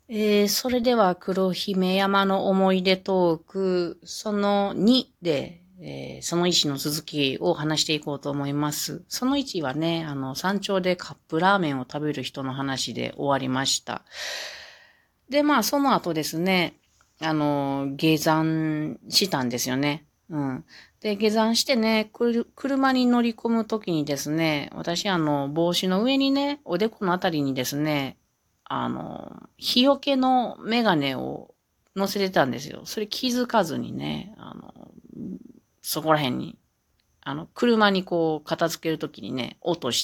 それでは黒姫山の思い出トーク、その2で、その1の続きを話していこうと思います。その1はね、山頂でカップラーメンを食べる人の話で終わりました。で、まあ、その後ですね、下山したんですよね。うん。で、下山してね、車に乗り込むときにですね、私帽子の上にね、おでこのあたりにですね、日よけのメガネを乗せてたんですよ。それ気づかずにね、そこら辺に、車にこう、片付けるときにね、落として、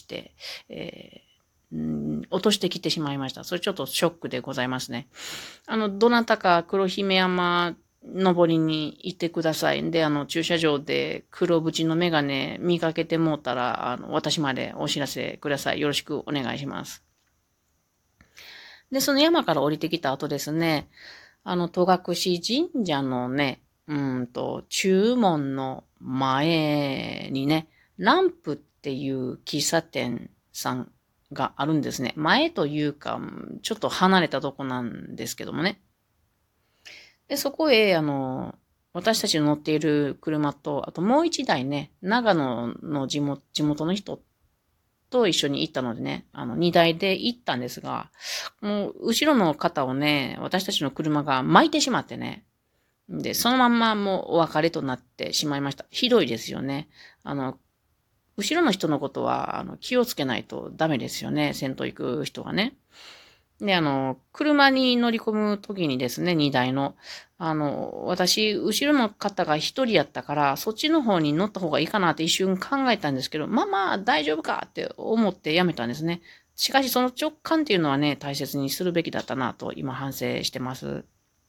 落としてきてしまいました。それちょっとショックでございますね。どなたか黒姫山登りに行ってください。で、駐車場で黒縁のメガネ見かけてもうたら、私までお知らせください。よろしくお願いします。で、その山から降りてきた後ですね、戸隠神社のね、中門の前にね、ランプっていう喫茶店さんがあるんですね。前というか、ちょっと離れたとこなんですけどもね。で、そこへ、私たちの乗っている車と、あともう一台ね、長野の地元の人と一緒に行ったのでね、荷台で行ったんですが、もう、後ろの方をね、私たちの車が巻いてしまってね、で、そのまんまもうお別れとなってしまいました。ひどいですよね。後ろの人のことは、気をつけないとダメですよね。先頭行く人はね。で、車に乗り込むときにですね、荷台の。私、後ろの方が一人やったから、そっちの方に乗った方がいいかなって一瞬考えたんですけど、まあまあ大丈夫かって思ってやめたんですね。しかしその直感っていうのはね、大切にするべきだったなと今反省してます。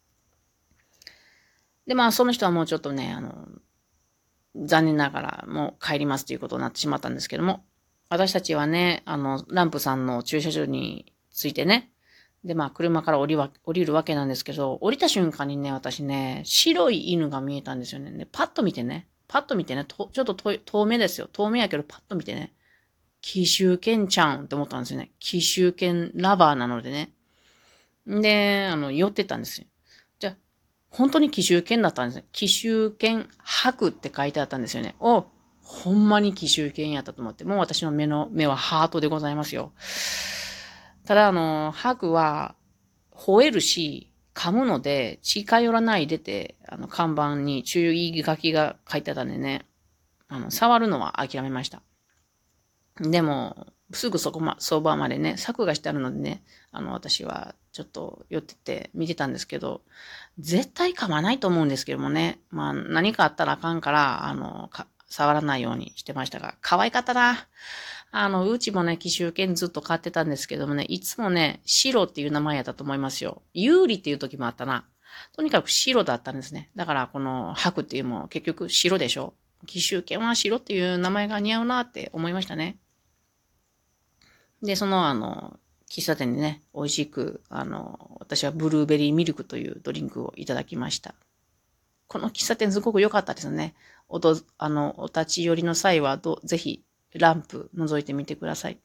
で、まあその人はもうちょっとね、残念ながらもう帰りますということになってしまったんですけども、私たちはね、ランプさんの駐車場についてね、で、まあ、車から降りるわけなんですけど、降りた瞬間にね、私ね、白い犬が見えたんですよね。で、パッと見てね、ちょっと遠目ですよ。遠目やけど、パッと見てね、奇襲犬ちゃんって思ったんですよね。奇襲犬ラバーなのでね。で、寄ってったんですよ。じゃあ、本当に奇襲犬だったんですね。奇襲犬白って書いてあったんですよね。ほんまに奇襲犬やったと思って、もう私の目はハートでございますよ。ただ、白は、吠えるし、噛むので、近寄らないでて、看板に注意書きが書いてあったんでね、触るのは諦めました。でも、すぐそばまでね、柵がしてあるのでね、私はちょっと寄ってて見てたんですけど、絶対噛まないと思うんですけどもね、まあ、何かあったらあかんから、触らないようにしてましたが、可愛かったな。うちもね、奇襲犬ずっと飼ってたんですけどもね、いつもね、白っていう名前やったと思いますよ。有利っていう時もあったな。とにかく白だったんですね。だから、この白っていうのも結局白でしょ。奇襲犬は白っていう名前が似合うなって思いましたね。で、喫茶店でね、美味しく、私はブルーベリーミルクというドリンクをいただきました。この喫茶店すごく良かったですね。お立ち寄りの際はぜひ、ランプ覗いてみてください。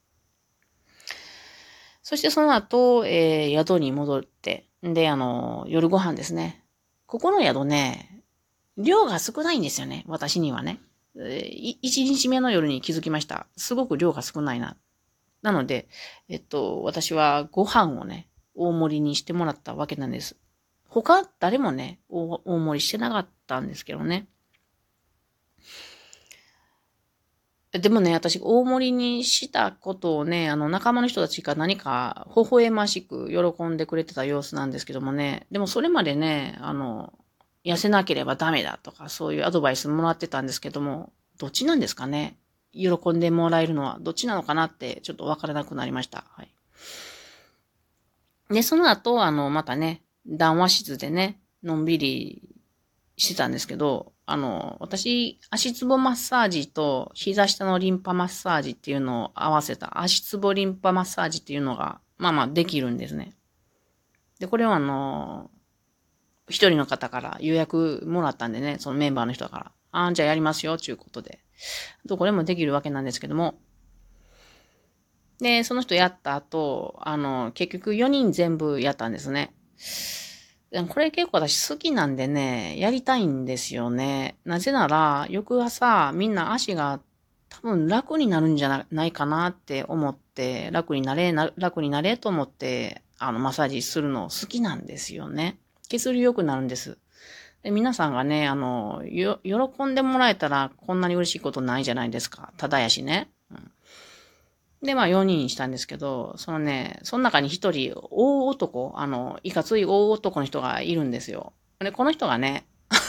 そしてその後、宿に戻って、で、夜ご飯ですね。ここの宿ね、量が少ないんですよね。私にはね。一日目の夜に気づきました。すごく量が少ないな。なので、私はご飯をね、大盛りにしてもらったわけなんです。他誰もね、大盛りしてなかったんですけどね。でもね、私、大盛りにしたことをね、仲間の人たちが何か、微笑ましく喜んでくれてた様子なんですけどもね、でもそれまでね、痩せなければダメだとか、そういうアドバイスもらってたんですけども、どっちなんですかね。喜んでもらえるのはどっちなのかなって、ちょっとわからなくなりました。はい。で、その後、またね、談話室でね、のんびりしてたんですけど、私、足つぼマッサージと膝下のリンパマッサージっていうのを合わせた足つぼリンパマッサージっていうのが、まあまあできるんですね。で、これは一人の方から予約もらったんでね、そのメンバーの人から、じゃあやりますよ、ということで。これもできるわけなんですけども、で、その人やった後、結局4人全部やったんですね。 でもこれ結構私好きなんでね、やりたいんですよね。なぜなら、翌朝みんな足が多分楽になるんじゃないかなって思って、楽になれと思って、マッサージするの好きなんですよね。血流良くなるんです。で、皆さんがね、喜んでもらえたらこんなに嬉しいことないじゃないですか。ただやしね。で、まあ4人したんですけど、その中に一人、大男、いかつい大男の人がいるんですよ。で、この人がね、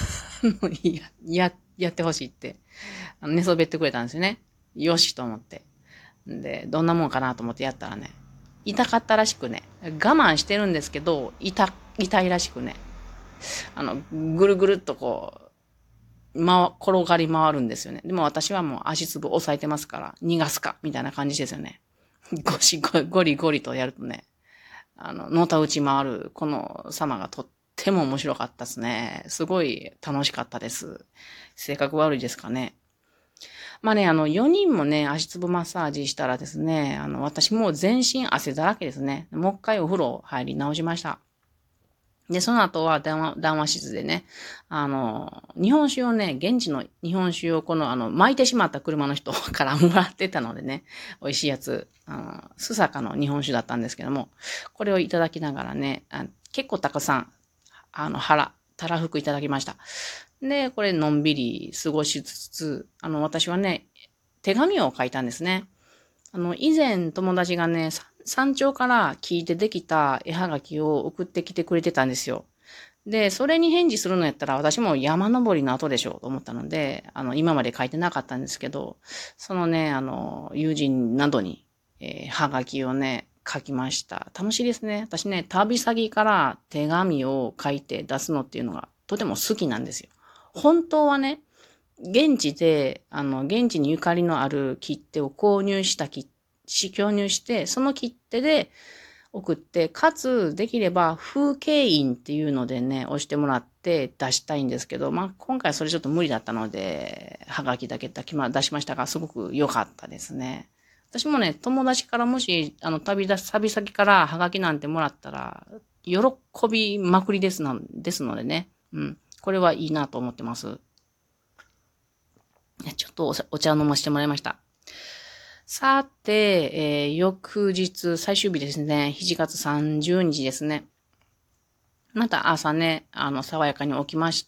やってほしいって、寝そべってくれたんですよね。よしと思って。で、どんなもんかなと思ってやったらね、痛かったらしくね、我慢してるんですけど、痛いらしくね、ぐるぐるっとこう、転がり回るんですよね。でも私はもう足つぶ押さえてますから、逃がすか、みたいな感じですよね。ゴリゴリとやるとね、のたうち回る、この様がとっても面白かったですね。すごい楽しかったです。性格悪いですかね。まあね、4人もね、足つぼマッサージしたらですね、私もう全身汗だらけですね。もう一回お風呂入り直しました。で、その後は談話室でね、日本酒をね、現地の日本酒を巻いてしまった車の人からもらってたのでね、美味しいやつ、須坂の日本酒だったんですけども、これをいただきながらね、結構たくさん、たらふくいただきました。で、これのんびり過ごしつつ、私はね、手紙を書いたんですね。以前友達がね、山頂から聞いてできた絵はがきを送ってきてくれてたんですよ。で、それに返事するのやったら私も山登りの後でしょうと思ったので、今まで書いてなかったんですけど、そのね、友人などに、はがきをね、書きました。楽しいですね。私ね、旅先から手紙を書いて出すのっていうのがとても好きなんですよ。本当はね、現地で、現地にゆかりのある切手を購入して、その切手で送って、かつ、できれば風景印っていうのでね、押してもらって出したいんですけど、まあ、今回それちょっと無理だったので、はがきだけ出しましたが、すごく良かったですね。私もね、友達からもし、旅先からはがきなんてもらったら、喜びまくりですのでね、うん。これはいいなと思ってます。ちょっとお茶を飲ませてもらいました。さて、翌日、最終日ですね。7月30日ですね。また朝ね、爽やかに起きまして、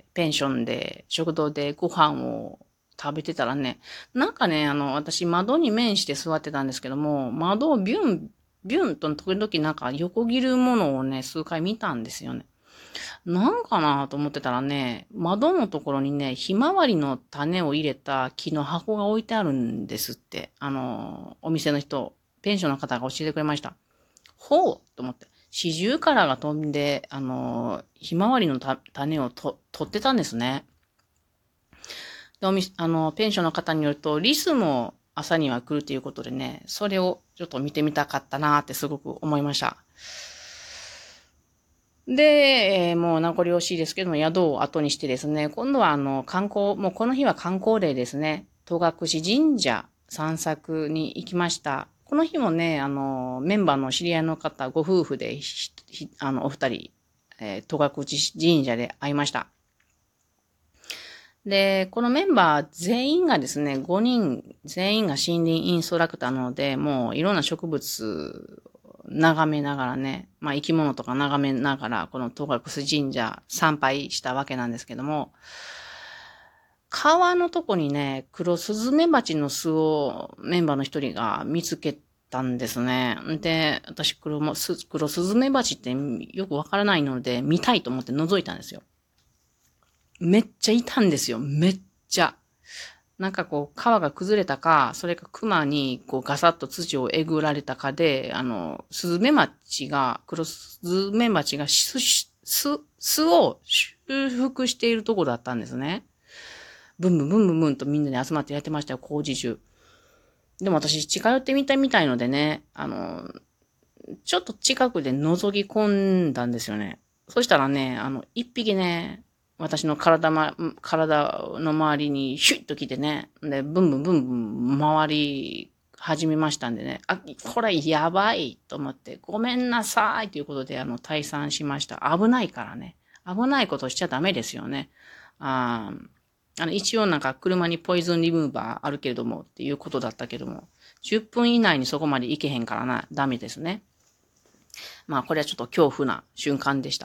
ペンションで、食堂でご飯を食べてたらね、なんかね、私窓に面して座ってたんですけども、窓をビュンと時々なんか横切るものをね、数回見たんですよね。なんかなと思ってたらね、窓のところにね、ひまわりの種を入れた木の箱が置いてあるんですって。お店の人、ペンションの方が教えてくれました。ほうと思って。四十からが飛んで、ひまわりの種を取ってたんですね。で、ペンションの方によると、リスも朝には来るということでね、それをちょっと見てみたかったなーってすごく思いました。で、もう名残惜しいですけども、宿を後にしてですね、今度はもうこの日は観光デーですね。戸隠神社散策に行きました。この日もね、メンバーの知り合いの方、ご夫婦で、お二人、戸隠神社で会いました。で、このメンバー全員がですね、5人全員が森林インストラクターなので、もういろんな植物眺めながらね、まあ生き物とか眺めながら、この戸隠神社参拝したわけなんですけども、川のとこにね、黒スズメバチの巣をメンバーの一人が見つけたんですね。で、私黒スズメバチってよくわからないので、見たいと思って覗いたんですよ。めっちゃいたんですよ。めっちゃ。なんかこう、川が崩れたか、それか熊にこうガサッと土をえぐられたかで、黒スズメバチが巣を修復しているところだったんですね。ブンブンブンブンブンとみんなで集まってやってましたよ、工事中。でも私、近寄ってみたいのでね、ちょっと近くで覗き込んだんですよね。そしたらね、一匹ね、私の体の周りにシュッと来てね、で、ブンブンブンブン周り始めましたんでね、これやばいと思って、ごめんなさいということで、退散しました。危ないからね。危ないことしちゃダメですよね。一応なんか車にポイズンリムーバーあるけれどもっていうことだったけども、10分以内にそこまで行けへんからな、ダメですね。まあこれはちょっと恐怖な瞬間でした。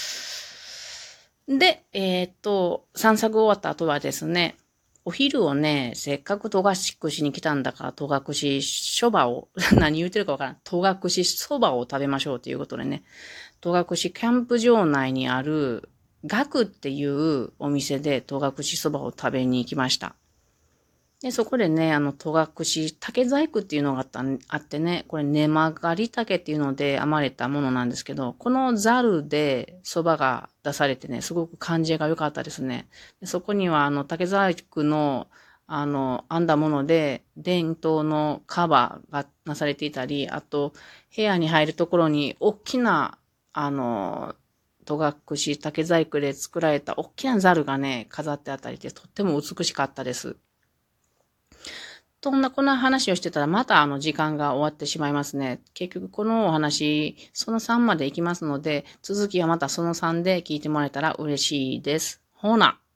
で、散策終わった後はですね、お昼をね、せっかく戸隠しに来たんだから、戸隠そばを、何言ってるかわからん。戸隠そばを食べましょうということでね、戸隠キャンプ場内にある、ガクっていうお店で戸隠そばを食べに行きました。で、そこでね、戸隠竹細工っていうのがあってね、これ根曲がり竹っていうので編まれたものなんですけど、このザルで蕎麦が出されてね、すごく感じが良かったですね。でそこには竹細工の編んだもので、伝統のカバーがなされていたり、あと、部屋に入るところに大きな、戸隠竹細工で作られた大きなザルがね、飾ってあったりで、とっても美しかったです。こんな話をしてたらまた時間が終わってしまいますね。結局このお話、その3までいきますので、続きはまたその3で聞いてもらえたら嬉しいです。ほな。